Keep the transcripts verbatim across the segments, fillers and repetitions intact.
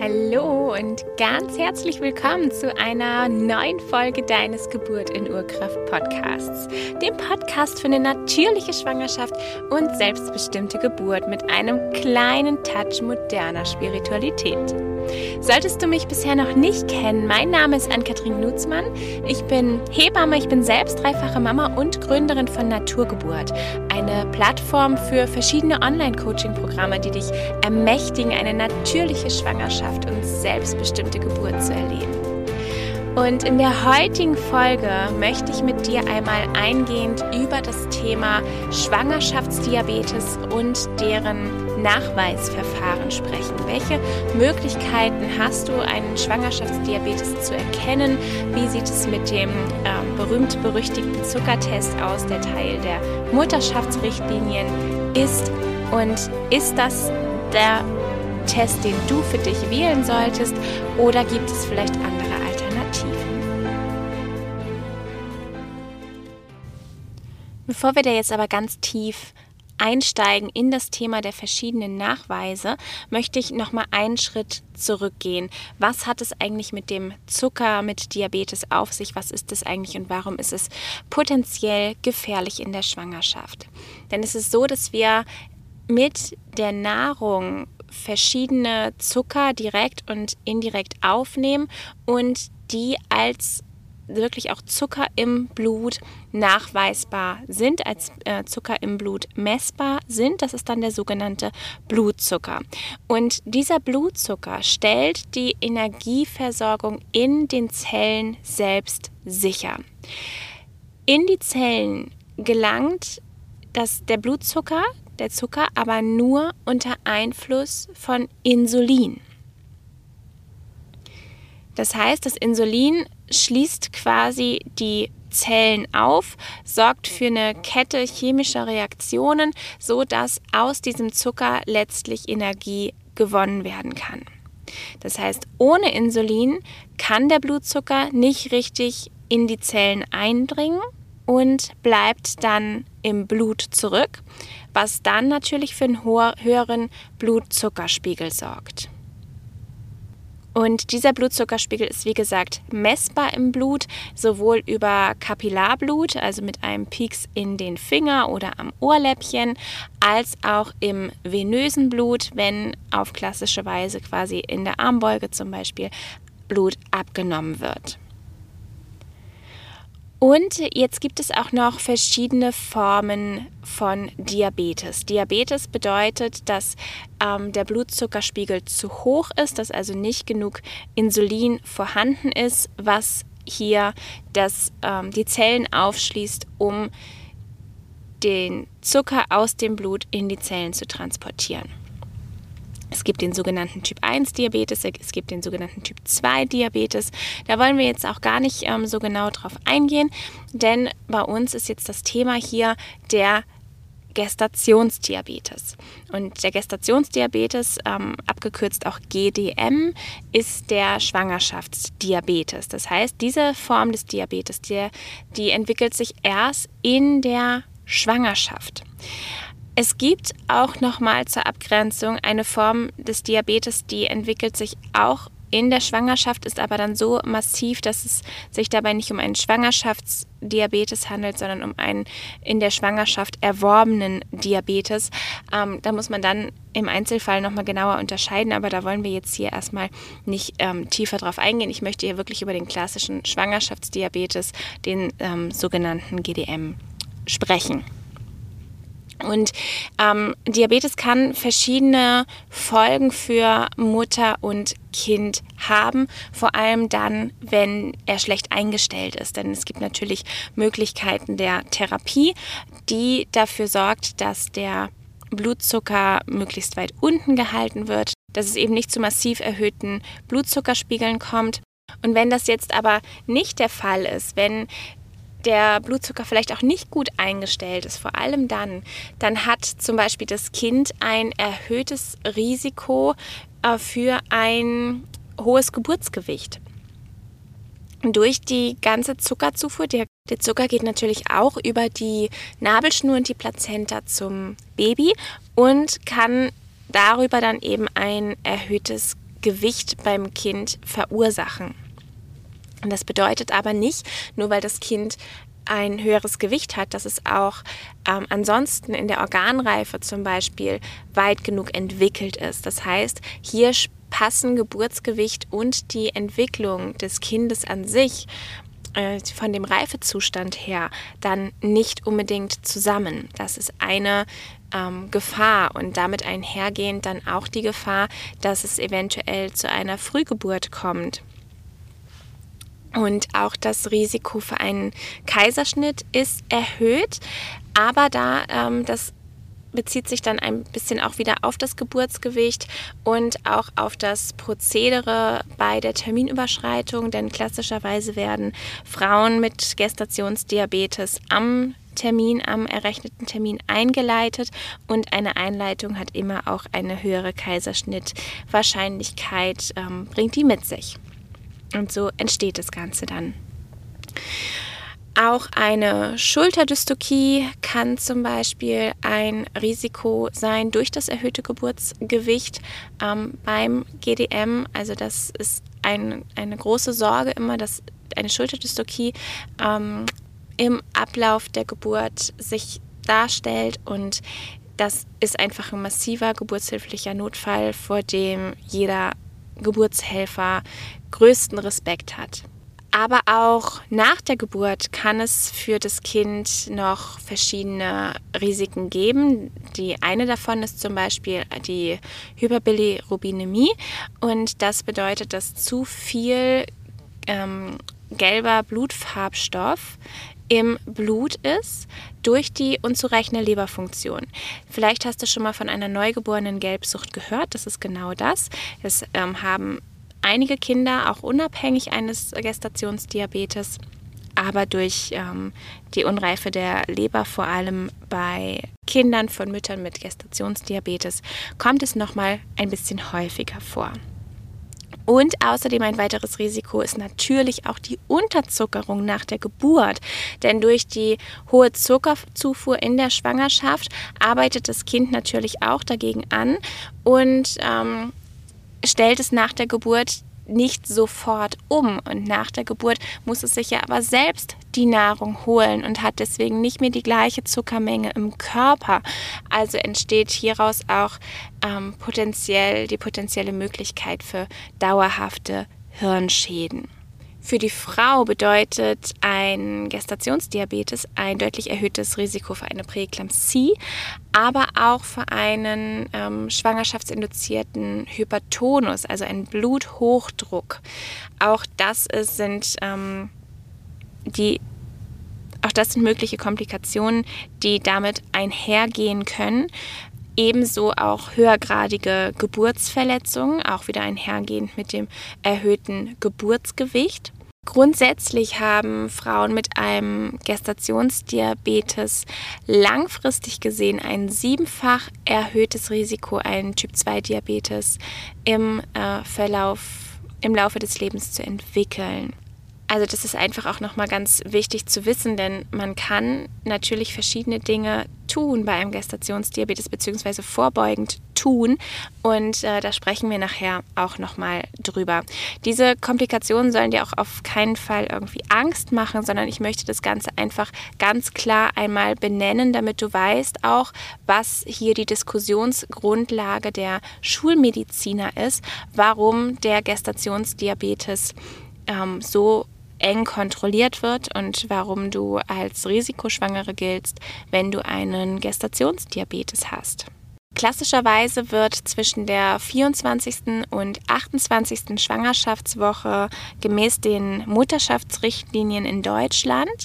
Hallo und ganz herzlich willkommen zu einer neuen Folge deines Geburt in Urkraft Podcasts, dem Podcast für eine natürliche Schwangerschaft und selbstbestimmte Geburt mit einem kleinen Touch moderner Spiritualität. Solltest du mich bisher noch nicht kennen, mein Name ist Ann-Kathrin Gnutzmann. Ich bin Hebamme, ich bin selbst dreifache Mama und Gründerin von Naturgeburt, eine Plattform für verschiedene Online-Coaching-Programme, die dich ermächtigen, eine natürliche Schwangerschaft und selbstbestimmte Geburt zu erleben. Und in der heutigen Folge möchte ich mit dir einmal eingehend über das Thema Schwangerschaftsdiabetes und deren Nachweisverfahren sprechen. Welche Möglichkeiten hast du, einen Schwangerschaftsdiabetes zu erkennen? Wie sieht es mit dem äh, berühmt-berüchtigten Zuckertest aus, der Teil der Mutterschaftsrichtlinien ist? Und ist das der Test, den du für dich wählen solltest, oder gibt es vielleicht andere Alternativen? Bevor wir da jetzt aber ganz tief einsteigen in das Thema der verschiedenen Nachweise, möchte ich nochmal einen Schritt zurückgehen. Was hat es eigentlich mit dem Zucker, mit Diabetes auf sich? Was ist es eigentlich und warum ist es potenziell gefährlich in der Schwangerschaft? Denn es ist so, dass wir mit der Nahrung verschiedene Zucker direkt und indirekt aufnehmen und die als wirklich auch Zucker im Blut nachweisbar sind, als äh, Zucker im Blut messbar sind. Das ist dann der sogenannte Blutzucker. Und dieser Blutzucker stellt die Energieversorgung in den Zellen selbst sicher. In die Zellen gelangt das, der Blutzucker, der Zucker, aber nur unter Einfluss von Insulin. Das heißt, das Insulin schließt quasi die Zellen auf, sorgt für eine Kette chemischer Reaktionen, sodass aus diesem Zucker letztlich Energie gewonnen werden kann. Das heißt, ohne Insulin kann der Blutzucker nicht richtig in die Zellen eindringen und bleibt dann im Blut zurück, was dann natürlich für einen höheren Blutzuckerspiegel sorgt. Und dieser Blutzuckerspiegel ist, wie gesagt, messbar im Blut, sowohl über Kapillarblut, also mit einem Pieks in den Finger oder am Ohrläppchen, als auch im venösen Blut, wenn auf klassische Weise quasi in der Armbeuge zum Beispiel Blut abgenommen wird. Und jetzt gibt es auch noch verschiedene Formen von Diabetes. Diabetes bedeutet, dass ähm, der Blutzuckerspiegel zu hoch ist, dass also nicht genug Insulin vorhanden ist, was hier das, ähm, die Zellen aufschließt, um den Zucker aus dem Blut in die Zellen zu transportieren. Es gibt den sogenannten Typ eins Diabetes, es gibt den sogenannten Typ zwei Diabetes. Da wollen wir jetzt auch gar nicht ähm, so genau drauf eingehen, denn bei uns ist jetzt das Thema hier der Gestationsdiabetes. Und der Gestationsdiabetes, ähm, abgekürzt auch G D M, ist der Schwangerschaftsdiabetes. Das heißt, diese Form des Diabetes, die, die entwickelt sich erst in der Schwangerschaft. Es gibt auch nochmal zur Abgrenzung eine Form des Diabetes, die entwickelt sich auch in der Schwangerschaft, ist aber dann so massiv, dass es sich dabei nicht um einen Schwangerschaftsdiabetes handelt, sondern um einen in der Schwangerschaft erworbenen Diabetes. Ähm, da muss man dann im Einzelfall nochmal genauer unterscheiden, aber da wollen wir jetzt hier erstmal nicht ähm, tiefer drauf eingehen. Ich möchte hier wirklich über den klassischen Schwangerschaftsdiabetes, den ähm, sogenannten G D M, sprechen. Und ähm, Diabetes kann verschiedene Folgen für Mutter und Kind haben, vor allem dann, wenn er schlecht eingestellt ist. Denn es gibt natürlich Möglichkeiten der Therapie, die dafür sorgt, dass der Blutzucker möglichst weit unten gehalten wird, dass es eben nicht zu massiv erhöhten Blutzuckerspiegeln kommt. Und wenn das jetzt aber nicht der Fall ist, wenn der Blutzucker vielleicht auch nicht gut eingestellt ist, vor allem dann, dann hat zum Beispiel das Kind ein erhöhtes Risiko äh, für ein hohes Geburtsgewicht. Durch die ganze Zuckerzufuhr, der, der Zucker geht natürlich auch über die Nabelschnur und die Plazenta zum Baby und kann darüber dann eben ein erhöhtes Gewicht beim Kind verursachen. Und das bedeutet aber nicht, nur weil das Kind ein höheres Gewicht hat, dass es auch ähm, ansonsten in der Organreife zum Beispiel weit genug entwickelt ist. Das heißt, hier passen Geburtsgewicht und die Entwicklung des Kindes an sich äh, von dem Reifezustand her dann nicht unbedingt zusammen. Das ist eine ähm, Gefahr und damit einhergehend dann auch die Gefahr, dass es eventuell zu einer Frühgeburt kommt. Und auch das Risiko für einen Kaiserschnitt ist erhöht, aber da ähm, das bezieht sich dann ein bisschen auch wieder auf das Geburtsgewicht und auch auf das Prozedere bei der Terminüberschreitung, denn klassischerweise werden Frauen mit Gestationsdiabetes am Termin, am errechneten Termin eingeleitet und eine Einleitung hat immer auch eine höhere Kaiserschnittwahrscheinlichkeit, ähm, bringt die mit sich. Und so entsteht das Ganze dann. Auch eine Schulterdystokie kann zum Beispiel ein Risiko sein durch das erhöhte Geburtsgewicht ähm, beim G D M. Also das ist ein, eine große Sorge immer, dass eine Schulterdystokie ähm, im Ablauf der Geburt sich darstellt und das ist einfach ein massiver geburtshilflicher Notfall, vor dem jeder Geburtshelfer größten Respekt hat. Aber auch nach der Geburt kann es für das Kind noch verschiedene Risiken geben. Die eine davon ist zum Beispiel die Hyperbilirubinemie und das bedeutet, dass zu viel ähm, gelber Blutfarbstoff im Blut ist durch die unzureichende Leberfunktion. Vielleicht hast du schon mal von einer neugeborenen Gelbsucht gehört. Das ist genau das. Das ähm, haben einige Kinder, auch unabhängig eines Gestationsdiabetes, aber durch ähm, die Unreife der Leber, vor allem bei Kindern von Müttern mit Gestationsdiabetes, kommt es nochmal ein bisschen häufiger vor. Und außerdem ein weiteres Risiko ist natürlich auch die Unterzuckerung nach der Geburt. Denn durch die hohe Zuckerzufuhr in der Schwangerschaft arbeitet das Kind natürlich auch dagegen an und ähm, stellt es nach der Geburt nicht sofort um. Und nach der Geburt muss es sich ja aber selbst die Nahrung holen und hat deswegen nicht mehr die gleiche Zuckermenge im Körper. Also entsteht hieraus auch ähm, potenziell die potenzielle Möglichkeit für dauerhafte Hirnschäden. Für die Frau bedeutet ein Gestationsdiabetes ein deutlich erhöhtes Risiko für eine Präeklampsie, aber auch für einen ähm, schwangerschaftsinduzierten Hypertonus, also einen Bluthochdruck. Auch das ist, sind ähm, die Auch das sind mögliche Komplikationen, die damit einhergehen können. Ebenso auch höhergradige Geburtsverletzungen, auch wieder einhergehend mit dem erhöhten Geburtsgewicht. Grundsätzlich haben Frauen mit einem Gestationsdiabetes langfristig gesehen ein siebenfach erhöhtes Risiko, einen Typ zwei Diabetes im äh, Verlauf, im Laufe des Lebens zu entwickeln. Also das ist einfach auch nochmal ganz wichtig zu wissen, denn man kann natürlich verschiedene Dinge tun bei einem Gestationsdiabetes beziehungsweise vorbeugend tun und äh, da sprechen wir nachher auch nochmal drüber. Diese Komplikationen sollen dir auch auf keinen Fall irgendwie Angst machen, sondern ich möchte das Ganze einfach ganz klar einmal benennen, damit du weißt auch, was hier die Diskussionsgrundlage der Schulmediziner ist, warum der Gestationsdiabetes ähm, so eng kontrolliert wird und warum du als Risikoschwangere giltst, wenn du einen Gestationsdiabetes hast. Klassischerweise wird zwischen der vierundzwanzigsten und achtundzwanzigsten Schwangerschaftswoche gemäß den Mutterschaftsrichtlinien in Deutschland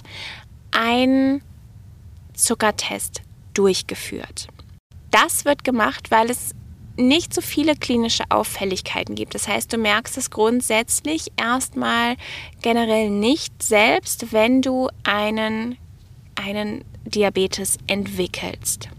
ein Zuckertest durchgeführt. Das wird gemacht, weil es nicht so viele klinische Auffälligkeiten gibt. Das heißt, du merkst es grundsätzlich erstmal generell nicht selbst, wenn du einen, einen Diabetes entwickelst.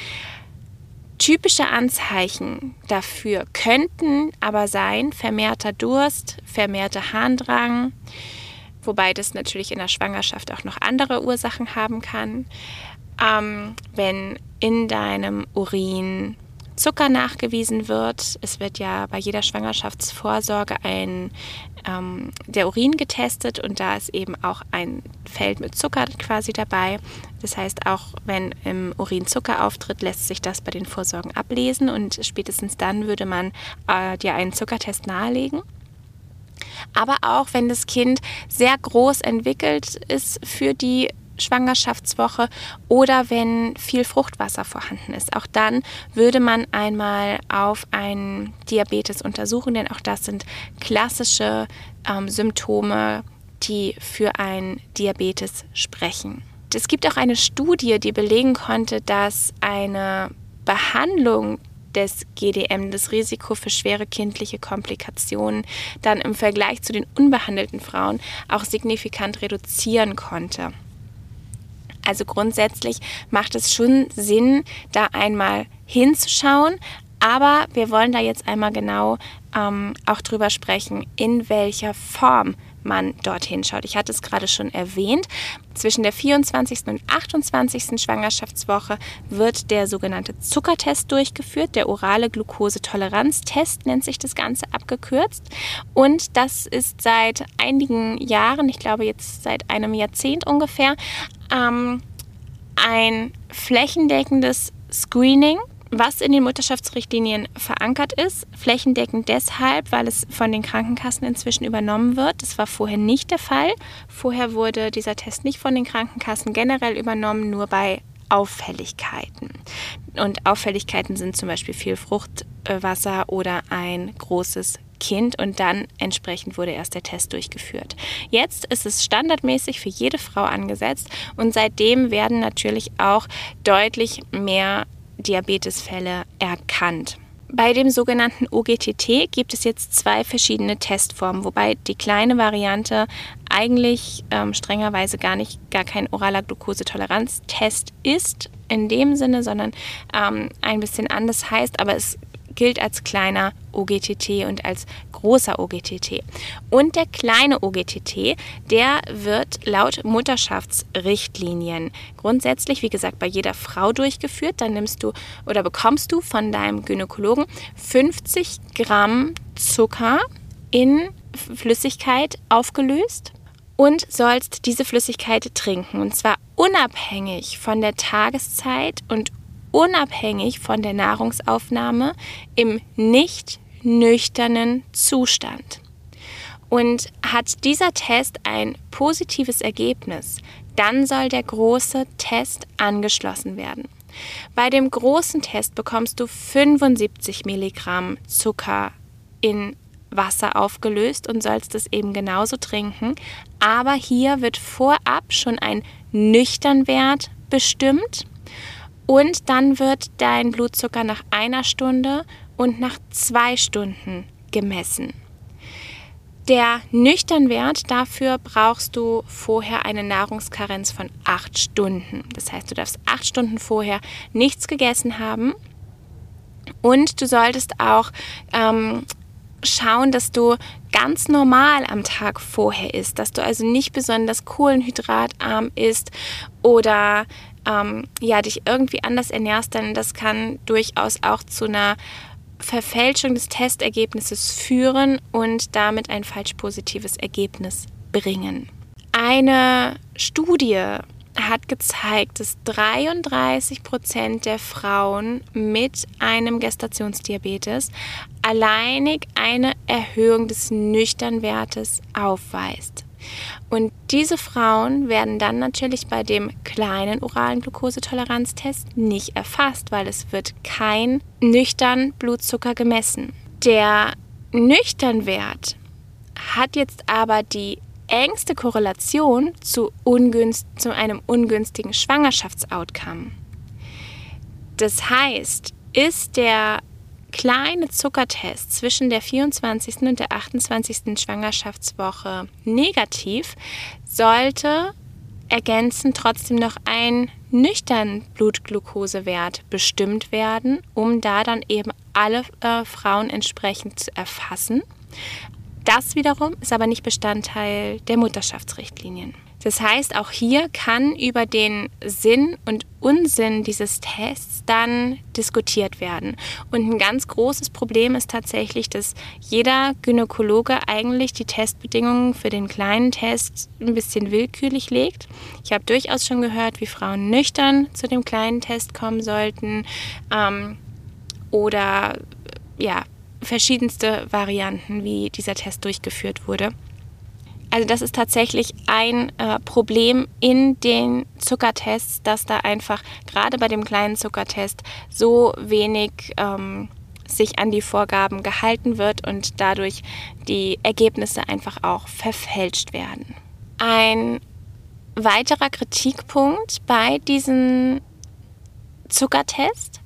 Typische Anzeichen dafür könnten aber sein vermehrter Durst, vermehrter Harndrang, wobei das natürlich in der Schwangerschaft auch noch andere Ursachen haben kann. Ähm, wenn in deinem Urin Zucker nachgewiesen wird. Es wird ja bei jeder Schwangerschaftsvorsorge ein, ähm, der Urin getestet und da ist eben auch ein Feld mit Zucker quasi dabei. Das heißt, auch wenn im Urin Zucker auftritt, lässt sich das bei den Vorsorgen ablesen und spätestens dann würde man äh, dir einen Zuckertest nahelegen. Aber auch wenn das Kind sehr groß entwickelt ist für die Schwangerschaftswoche oder wenn viel Fruchtwasser vorhanden ist. Auch dann würde man einmal auf einen Diabetes untersuchen, denn auch das sind klassische ähm, Symptome, die für einen Diabetes sprechen. Es gibt auch eine Studie, die belegen konnte, dass eine Behandlung des G D M, das Risiko für schwere kindliche Komplikationen, dann im Vergleich zu den unbehandelten Frauen auch signifikant reduzieren konnte. Also grundsätzlich macht es schon Sinn, da einmal hinzuschauen, aber wir wollen da jetzt einmal genau ähm, auch drüber sprechen, in welcher Form man dorthin schaut. Ich hatte es gerade schon erwähnt, zwischen der vierundzwanzigsten und achtundzwanzigsten Schwangerschaftswoche wird der sogenannte Zuckertest durchgeführt, der orale Glukosetoleranztest nennt sich das Ganze abgekürzt und das ist seit einigen Jahren, ich glaube jetzt seit einem Jahrzehnt ungefähr, ähm, ein flächendeckendes Screening, was in den Mutterschaftsrichtlinien verankert ist. Flächendeckend deshalb, weil es von den Krankenkassen inzwischen übernommen wird. Das war vorher nicht der Fall. Vorher wurde dieser Test nicht von den Krankenkassen generell übernommen, nur bei Auffälligkeiten. Und Auffälligkeiten sind zum Beispiel viel Fruchtwasser oder ein großes Kind und dann entsprechend wurde erst der Test durchgeführt. Jetzt ist es standardmäßig für jede Frau angesetzt und seitdem werden natürlich auch deutlich mehr Diabetesfälle erkannt. Bei dem sogenannten O G T T gibt es jetzt zwei verschiedene Testformen, wobei die kleine Variante eigentlich ähm, strengerweise gar nicht gar kein oraler Glukosetoleranztest ist in dem Sinne, sondern ähm, ein bisschen anders heißt, aber es gilt als kleiner O G T T und als großer O G T T. Und der kleine O G T T, der wird laut Mutterschaftsrichtlinien grundsätzlich, wie gesagt, bei jeder Frau durchgeführt. Dann nimmst du oder bekommst du von deinem Gynäkologen fünfzig Gramm Zucker in Flüssigkeit aufgelöst und sollst diese Flüssigkeit trinken. Und zwar unabhängig von der Tageszeit und unabhängig von der Nahrungsaufnahme im nicht nüchternen Zustand. Und hat dieser Test ein positives Ergebnis, dann soll der große Test angeschlossen werden. Bei dem großen Test bekommst du fünfundsiebzig Milligramm Zucker in Wasser aufgelöst und sollst es eben genauso trinken. Aber hier wird vorab schon ein Nüchternwert bestimmt. Und dann wird dein Blutzucker nach einer Stunde und nach zwei Stunden gemessen. Der Nüchternwert, dafür brauchst du vorher eine Nahrungskarenz von acht Stunden. Das heißt, du darfst acht Stunden vorher nichts gegessen haben. Und du solltest auch ähm, schauen, dass du ganz normal am Tag vorher isst. Dass du also nicht besonders kohlenhydratarm isst oder Ähm, ja, dich irgendwie anders ernährst, denn das kann durchaus auch zu einer Verfälschung des Testergebnisses führen und damit ein falsch positives Ergebnis bringen. Eine Studie hat gezeigt, dass dreiunddreißig Prozent der Frauen mit einem Gestationsdiabetes alleinig eine Erhöhung des Nüchternwertes aufweist. Und diese Frauen werden dann natürlich bei dem kleinen oralen Glukosetoleranztest nicht erfasst, weil es wird kein nüchtern Blutzucker gemessen. Der Nüchternwert hat jetzt aber die engste Korrelation zu, ungünst, zu einem ungünstigen Schwangerschaftsoutcome. Das heißt, ist der kleine Zuckertest zwischen der vierundzwanzigsten und der achtundzwanzigsten Schwangerschaftswoche negativ, sollte ergänzend trotzdem noch ein nüchtern Blutglukosewert bestimmt werden, um da dann eben alle äh, Frauen entsprechend zu erfassen. Das wiederum ist aber nicht Bestandteil der Mutterschaftsrichtlinien. Das heißt, auch hier kann über den Sinn und Unsinn dieses Tests dann diskutiert werden. Und ein ganz großes Problem ist tatsächlich, dass jeder Gynäkologe eigentlich die Testbedingungen für den kleinen Test ein bisschen willkürlich legt. Ich habe durchaus schon gehört, wie Frauen nüchtern zu dem kleinen Test kommen sollten ähm, oder ja, verschiedenste Varianten, wie dieser Test durchgeführt wurde. Also das ist tatsächlich ein äh, Problem in den Zuckertests, dass da einfach gerade bei dem kleinen Zuckertest so wenig ähm, sich an die Vorgaben gehalten wird und dadurch die Ergebnisse einfach auch verfälscht werden. Ein weiterer Kritikpunkt bei diesem Zuckertest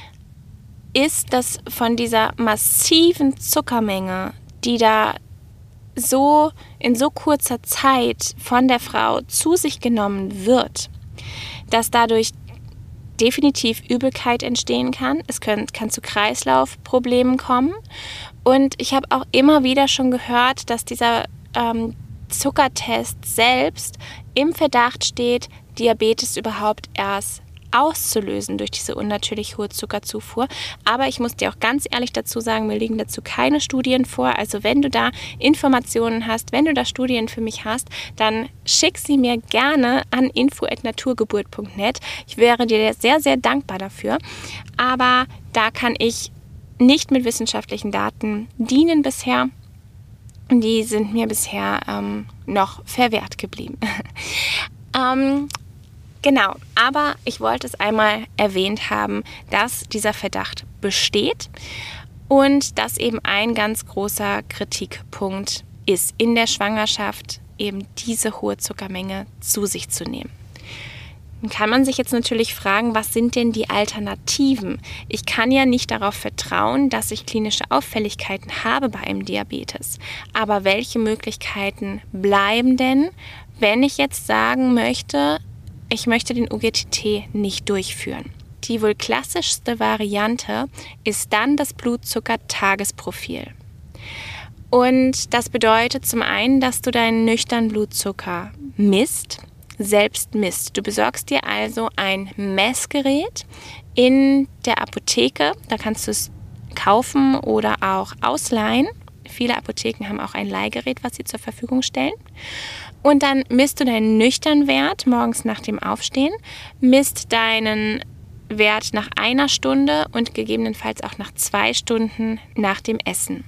ist, dass von dieser massiven Zuckermenge, die da so in so kurzer Zeit von der Frau zu sich genommen wird, dass dadurch definitiv Übelkeit entstehen kann. Es kann, kann zu Kreislaufproblemen kommen. Und ich habe auch immer wieder schon gehört, dass dieser ähm, Zuckertest selbst im Verdacht steht, Diabetes überhaupt erst auszulösen durch diese unnatürlich hohe Zuckerzufuhr. Aber ich muss dir auch ganz ehrlich dazu sagen, mir liegen dazu keine Studien vor. Also wenn du da Informationen hast, wenn du da Studien für mich hast, dann schick sie mir gerne an info at naturgeburt punkt net. Ich wäre dir sehr, sehr dankbar dafür. Aber da kann ich nicht mit wissenschaftlichen Daten dienen bisher. Die sind mir bisher ähm, noch verwehrt geblieben. ähm, Genau, aber ich wollte es einmal erwähnt haben, dass dieser Verdacht besteht und dass eben ein ganz großer Kritikpunkt ist, in der Schwangerschaft eben diese hohe Zuckermenge zu sich zu nehmen. Dann kann man sich jetzt natürlich fragen, was sind denn die Alternativen? Ich kann ja nicht darauf vertrauen, dass ich klinische Auffälligkeiten habe bei einem Diabetes. Aber welche Möglichkeiten bleiben denn, wenn ich jetzt sagen möchte, ich möchte den U G T T nicht durchführen? Die wohl klassischste Variante ist dann das Blutzucker-Tagesprofil. Und das bedeutet zum einen, dass du deinen nüchternen Blutzucker misst, selbst misst. Du besorgst dir also ein Messgerät in der Apotheke. Da kannst du es kaufen oder auch ausleihen. Viele Apotheken haben auch ein Leihgerät, was sie zur Verfügung stellen. Und dann misst du deinen nüchternen Wert morgens nach dem Aufstehen, misst deinen Wert nach einer Stunde und gegebenenfalls auch nach zwei Stunden nach dem Essen.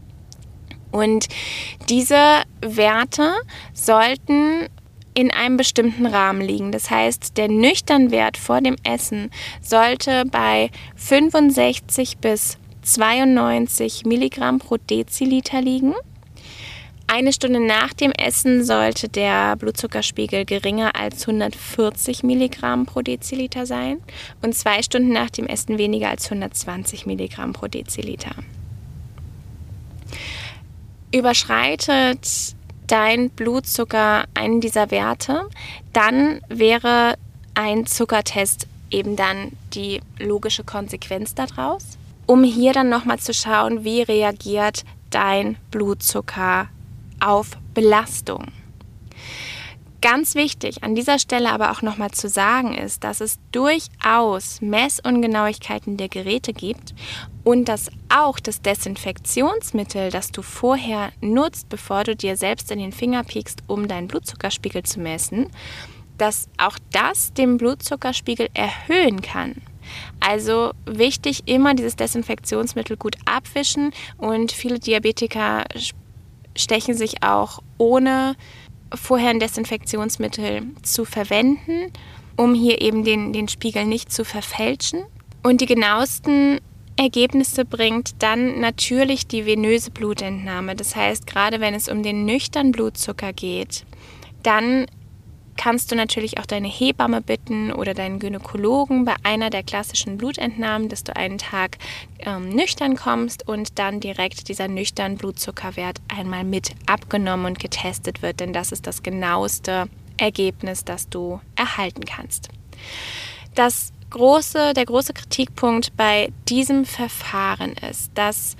Und diese Werte sollten in einem bestimmten Rahmen liegen. Das heißt, der nüchterne Wert vor dem Essen sollte bei fünfundsechzig bis zweiundneunzig Milligramm pro Deziliter liegen. Eine Stunde nach dem Essen sollte der Blutzuckerspiegel geringer als hundertvierzig Milligramm pro Deziliter sein und zwei Stunden nach dem Essen weniger als hundertzwanzig Milligramm pro Deziliter. Überschreitet dein Blutzucker einen dieser Werte, dann wäre ein Zuckertest eben dann die logische Konsequenz daraus, um hier dann nochmal zu schauen, wie reagiert dein Blutzucker auf Belastung. Ganz wichtig an dieser Stelle aber auch nochmal zu sagen ist, dass es durchaus Messungenauigkeiten der Geräte gibt und dass auch das Desinfektionsmittel, das du vorher nutzt, bevor du dir selbst in den Finger piekst, um deinen Blutzuckerspiegel zu messen, dass auch das den Blutzuckerspiegel erhöhen kann. Also wichtig, immer dieses Desinfektionsmittel gut abwischen und viele Diabetiker stechen sich auch ohne vorher ein Desinfektionsmittel zu verwenden, um hier eben den, den Spiegel nicht zu verfälschen. Und die genauesten Ergebnisse bringt dann natürlich die venöse Blutentnahme. Das heißt, gerade wenn es um den nüchternen Blutzucker geht, dann kannst du natürlich auch deine Hebamme bitten oder deinen Gynäkologen bei einer der klassischen Blutentnahmen, dass du einen Tag ähm, nüchtern kommst und dann direkt dieser nüchterne Blutzuckerwert einmal mit abgenommen und getestet wird, denn das ist das genaueste Ergebnis, das du erhalten kannst. Das große, der große Kritikpunkt bei diesem Verfahren ist, dass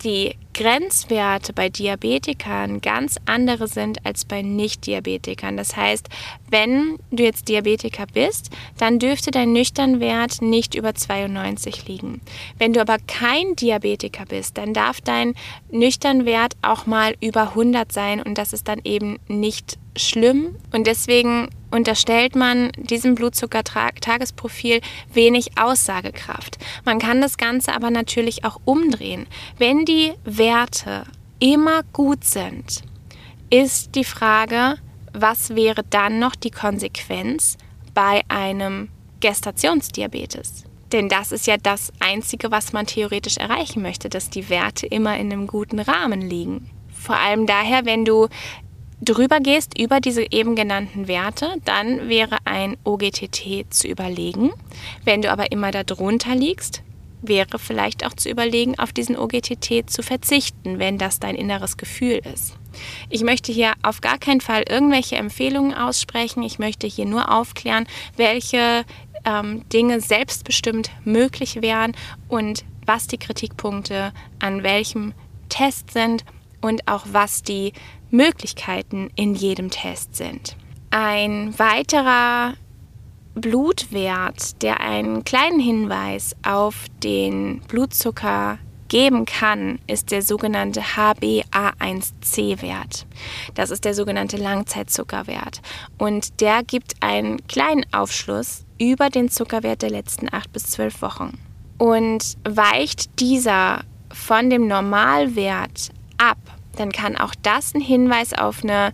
die Grenzwerte bei Diabetikern ganz andere sind als bei Nicht-Diabetikern. Das heißt, wenn du jetzt Diabetiker bist, dann dürfte dein Nüchternwert nicht über zweiundneunzig liegen. Wenn du aber kein Diabetiker bist, dann darf dein Nüchternwert auch mal über hundert sein und das ist dann eben nicht schlimm. Und deswegen unterstellt man diesem Blutzucker-Tagesprofil wenig Aussagekraft. Man kann das Ganze aber natürlich auch umdrehen. Wenn die Werte immer gut sind, ist die Frage, was wäre dann noch die Konsequenz bei einem Gestationsdiabetes? Denn das ist ja das Einzige, was man theoretisch erreichen möchte, dass die Werte immer in einem guten Rahmen liegen. Vor allem daher, wenn du drüber gehst, über diese eben genannten Werte, dann wäre ein O G T T zu überlegen. Wenn du aber immer darunter liegst, wäre vielleicht auch zu überlegen, auf diesen O G T T zu verzichten, wenn das dein inneres Gefühl ist. Ich möchte hier auf gar keinen Fall irgendwelche Empfehlungen aussprechen. Ich möchte hier nur aufklären, welche ähm, Dinge selbstbestimmt möglich wären und was die Kritikpunkte an welchem Test sind und auch was die Möglichkeiten in jedem Test sind. Ein weiterer Blutwert, der einen kleinen Hinweis auf den Blutzucker geben kann, ist der sogenannte H b A eins C Wert. Das ist der sogenannte Langzeitzuckerwert und der gibt einen kleinen Aufschluss über den Zuckerwert der letzten acht bis zwölf Wochen. Und weicht dieser von dem Normalwert ab, dann kann auch das ein Hinweis auf eine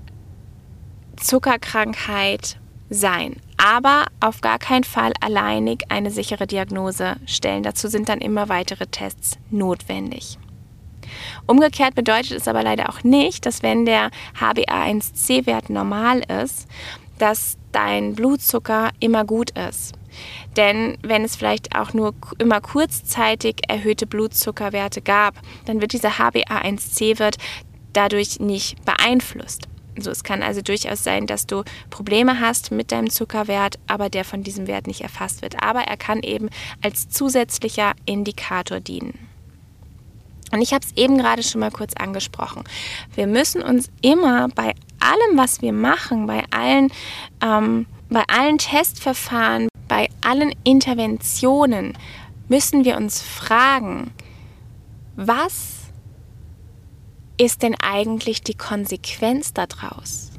Zuckerkrankheit sein. Aber auf gar keinen Fall alleinig eine sichere Diagnose stellen. Dazu sind dann immer weitere Tests notwendig. Umgekehrt bedeutet es aber leider auch nicht, dass wenn der H b A eins C Wert normal ist, dass dein Blutzucker immer gut ist. Denn wenn es vielleicht auch nur immer kurzzeitig erhöhte Blutzuckerwerte gab, dann wird dieser H b A eins C Wert dadurch nicht beeinflusst. Also es kann also durchaus sein, dass du Probleme hast mit deinem Zuckerwert, aber der von diesem Wert nicht erfasst wird. Aber er kann eben als zusätzlicher Indikator dienen. Und ich habe es eben gerade schon mal kurz angesprochen. Wir müssen uns immer bei allem, was wir machen, bei allen, ähm, bei allen Testverfahren, bei allen Interventionen, müssen wir uns fragen, was ist denn eigentlich die Konsequenz daraus?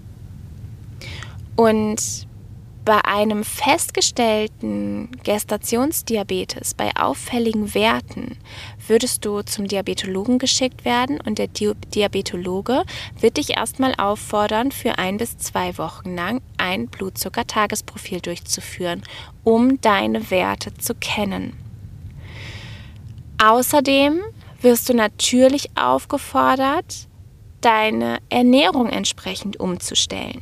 Und bei einem festgestellten Gestationsdiabetes, bei auffälligen Werten, würdest du zum Diabetologen geschickt werden und der Di- Diabetologe wird dich erstmal auffordern, für ein bis zwei Wochen lang ein Blutzucker-Tagesprofil durchzuführen, um deine Werte zu kennen. Außerdem wirst du natürlich aufgefordert, deine Ernährung entsprechend umzustellen.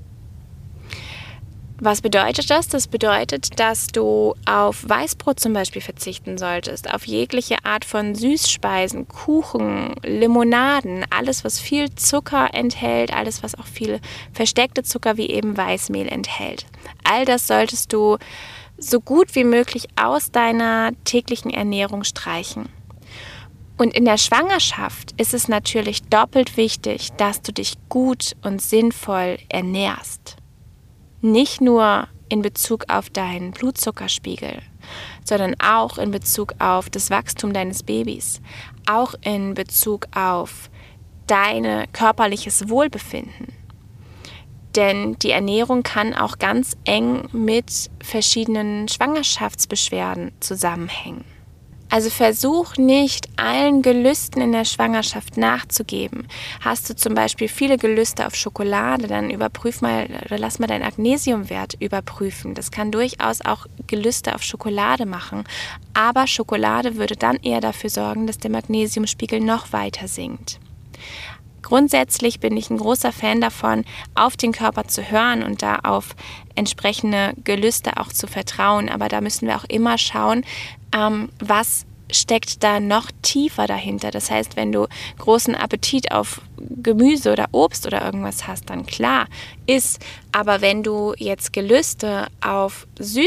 Was bedeutet das? Das bedeutet, dass du auf Weißbrot zum Beispiel verzichten solltest, auf jegliche Art von Süßspeisen, Kuchen, Limonaden, alles, was viel Zucker enthält, alles, was auch viel versteckte Zucker wie eben Weißmehl enthält. All das solltest du so gut wie möglich aus deiner täglichen Ernährung streichen. Und in der Schwangerschaft ist es natürlich doppelt wichtig, dass du dich gut und sinnvoll ernährst. Nicht nur in Bezug auf deinen Blutzuckerspiegel, sondern auch in Bezug auf das Wachstum deines Babys, auch in Bezug auf dein körperliches Wohlbefinden. Denn die Ernährung kann auch ganz eng mit verschiedenen Schwangerschaftsbeschwerden zusammenhängen. Also versuch nicht, allen Gelüsten in der Schwangerschaft nachzugeben. Hast du zum Beispiel viele Gelüste auf Schokolade, dann überprüf mal, oder lass mal deinen Magnesiumwert überprüfen. Das kann durchaus auch Gelüste auf Schokolade machen. Aber Schokolade würde dann eher dafür sorgen, dass der Magnesiumspiegel noch weiter sinkt. Grundsätzlich bin ich ein großer Fan davon, auf den Körper zu hören und da auf entsprechende Gelüste auch zu vertrauen. Aber da müssen wir auch immer schauen, ähm, was steckt da noch tiefer dahinter. Das heißt, wenn du großen Appetit auf Gemüse oder Obst oder irgendwas hast, dann klar, iss. Aber wenn du jetzt Gelüste auf süß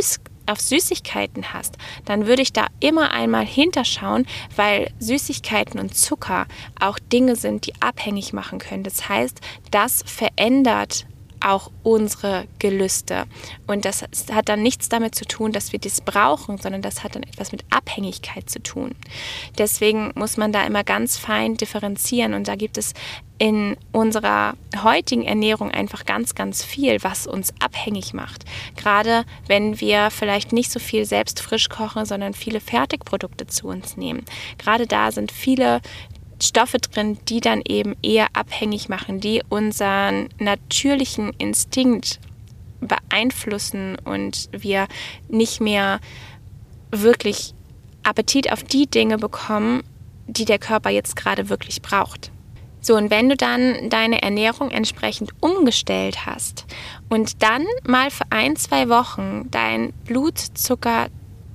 auf Süßigkeiten hast, dann würde ich da immer einmal hinterschauen, weil Süßigkeiten und Zucker auch Dinge sind, die abhängig machen können. Das heißt, das verändert auch unsere Gelüste. Und das hat dann nichts damit zu tun, dass wir das brauchen, sondern das hat dann etwas mit Abhängigkeit zu tun. Deswegen muss man da immer ganz fein differenzieren und da gibt es in unserer heutigen Ernährung einfach ganz, ganz viel, was uns abhängig macht. Gerade wenn wir vielleicht nicht so viel selbst frisch kochen, sondern viele Fertigprodukte zu uns nehmen. Gerade da sind viele Stoffe drin, die dann eben eher abhängig machen, die unseren natürlichen Instinkt beeinflussen und wir nicht mehr wirklich Appetit auf die Dinge bekommen, die der Körper jetzt gerade wirklich braucht. So, und wenn du dann deine Ernährung entsprechend umgestellt hast und dann mal für ein, zwei Wochen dein Blutzucker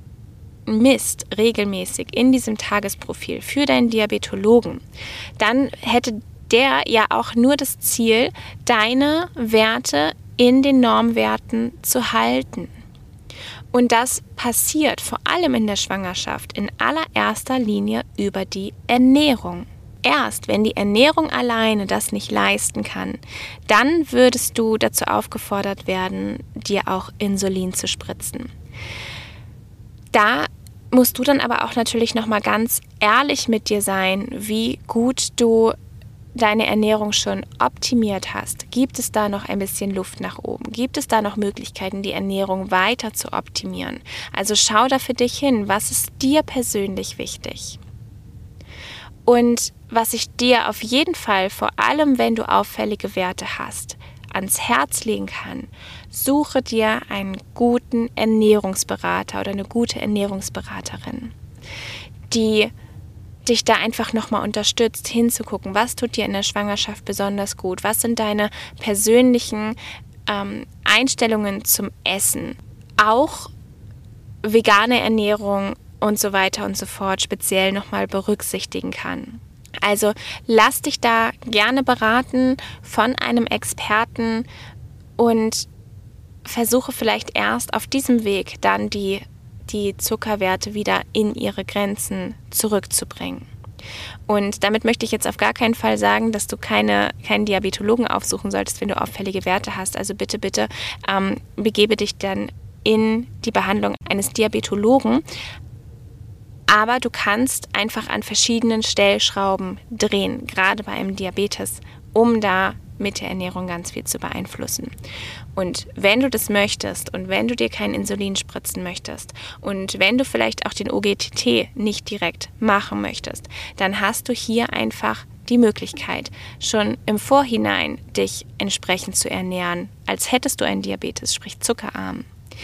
misst regelmäßig in diesem Tagesprofil für deinen Diabetologen, dann hätte der ja auch nur das Ziel, deine Werte in den Normwerten zu halten. Und das passiert vor allem in der Schwangerschaft in allererster Linie über die Ernährung. Erst wenn die Ernährung alleine das nicht leisten kann, dann würdest du dazu aufgefordert werden, dir auch Insulin zu spritzen. Da musst du dann aber auch natürlich nochmal ganz ehrlich mit dir sein, wie gut du deine Ernährung schon optimiert hast. Gibt es da noch ein bisschen Luft nach oben? Gibt es da noch Möglichkeiten, die Ernährung weiter zu optimieren? Also schau da für dich hin, was ist dir persönlich wichtig? Und was ich dir auf jeden Fall, vor allem wenn du auffällige Werte hast, ans Herz legen kann, suche dir einen guten Ernährungsberater oder eine gute Ernährungsberaterin, die dich da einfach nochmal unterstützt, hinzugucken, was tut dir in der Schwangerschaft besonders gut, was sind deine persönlichen ähm, Einstellungen zum Essen, auch vegane Ernährung und so weiter und so fort speziell nochmal berücksichtigen kann. Also lass dich da gerne beraten von einem Experten und versuche vielleicht erst auf diesem Weg dann die, die Zuckerwerte wieder in ihre Grenzen zurückzubringen. Und damit möchte ich jetzt auf gar keinen Fall sagen, dass du keine, keinen Diabetologen aufsuchen solltest, wenn du auffällige Werte hast. Also bitte, bitte ähm, begebe dich dann in die Behandlung eines Diabetologen. Aber du kannst einfach an verschiedenen Stellschrauben drehen, gerade bei einem Diabetes, um da mit der Ernährung ganz viel zu beeinflussen. Und wenn du das möchtest und wenn du dir kein Insulin spritzen möchtest und wenn du vielleicht auch den O G T T nicht direkt machen möchtest, dann hast du hier einfach die Möglichkeit, schon im Vorhinein dich entsprechend zu ernähren, als hättest du einen Diabetes, sprich zuckerarm.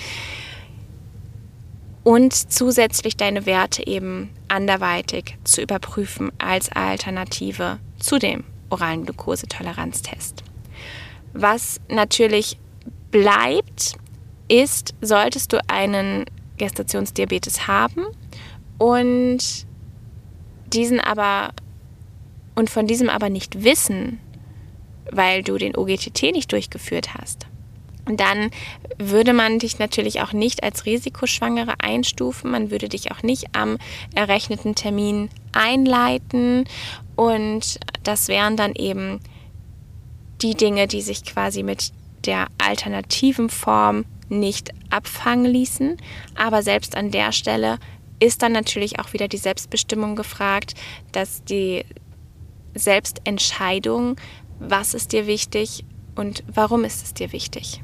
Und zusätzlich deine Werte eben anderweitig zu überprüfen als Alternative zu dem oralen Glukosetoleranztest. Was natürlich bleibt, ist, solltest du einen Gestationsdiabetes haben und diesen aber und von diesem aber nicht wissen, weil du den O G T T nicht durchgeführt hast, dann würde man dich natürlich auch nicht als Risikoschwangere einstufen. Man würde dich auch nicht am errechneten Termin einleiten. Und das wären dann eben die Dinge, die sich quasi mit der alternativen Form nicht abfangen ließen. Aber selbst an der Stelle ist dann natürlich auch wieder die Selbstbestimmung gefragt, dass die Selbstentscheidung, was ist dir wichtig und warum ist es dir wichtig.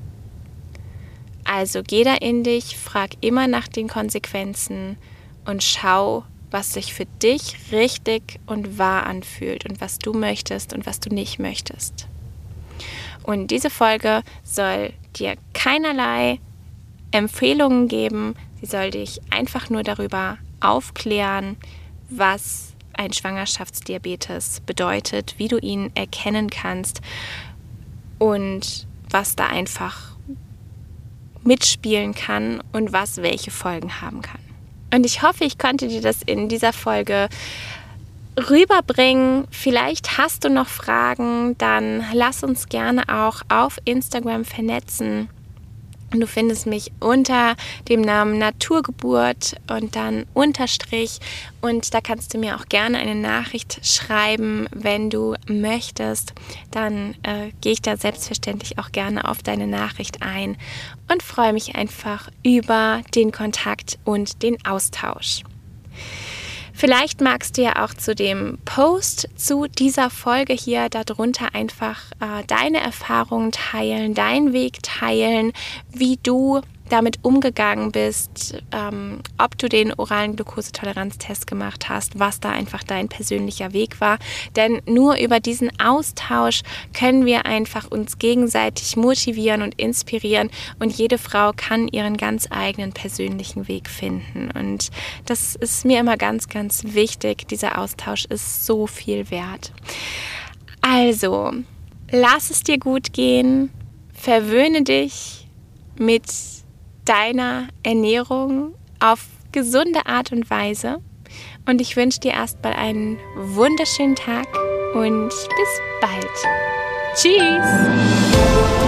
Also geh da in dich, frag immer nach den Konsequenzen und schau, was sich für dich richtig und wahr anfühlt und was du möchtest und was du nicht möchtest. Und diese Folge soll dir keinerlei Empfehlungen geben, sie soll dich einfach nur darüber aufklären, was ein Schwangerschaftsdiabetes bedeutet, wie du ihn erkennen kannst und was da einfach mitspielen kann und was welche Folgen haben kann. Und ich hoffe, ich konnte dir das in dieser Folge rüberbringen. Vielleicht hast du noch Fragen, dann lass uns gerne auch auf Instagram vernetzen. Du findest mich unter dem Namen Naturgeburt und dann Unterstrich, und da kannst du mir auch gerne eine Nachricht schreiben, wenn du möchtest. Dann äh, gehe ich da selbstverständlich auch gerne auf deine Nachricht ein und freue mich einfach über den Kontakt und den Austausch. Vielleicht magst du ja auch zu dem Post zu dieser Folge hier darunter einfach äh, deine Erfahrungen teilen, deinen Weg teilen, wie du damit umgegangen bist, ähm, ob du den oralen Glukosetoleranztest gemacht hast, was da einfach dein persönlicher Weg war. Denn nur über diesen Austausch können wir einfach uns gegenseitig motivieren und inspirieren, und jede Frau kann ihren ganz eigenen persönlichen Weg finden. Und das ist mir immer ganz, ganz wichtig. Dieser Austausch ist so viel wert. Also, lass es dir gut gehen, verwöhne dich mit deiner Ernährung auf gesunde Art und Weise, und ich wünsche dir erstmal einen wunderschönen Tag und bis bald. Tschüss!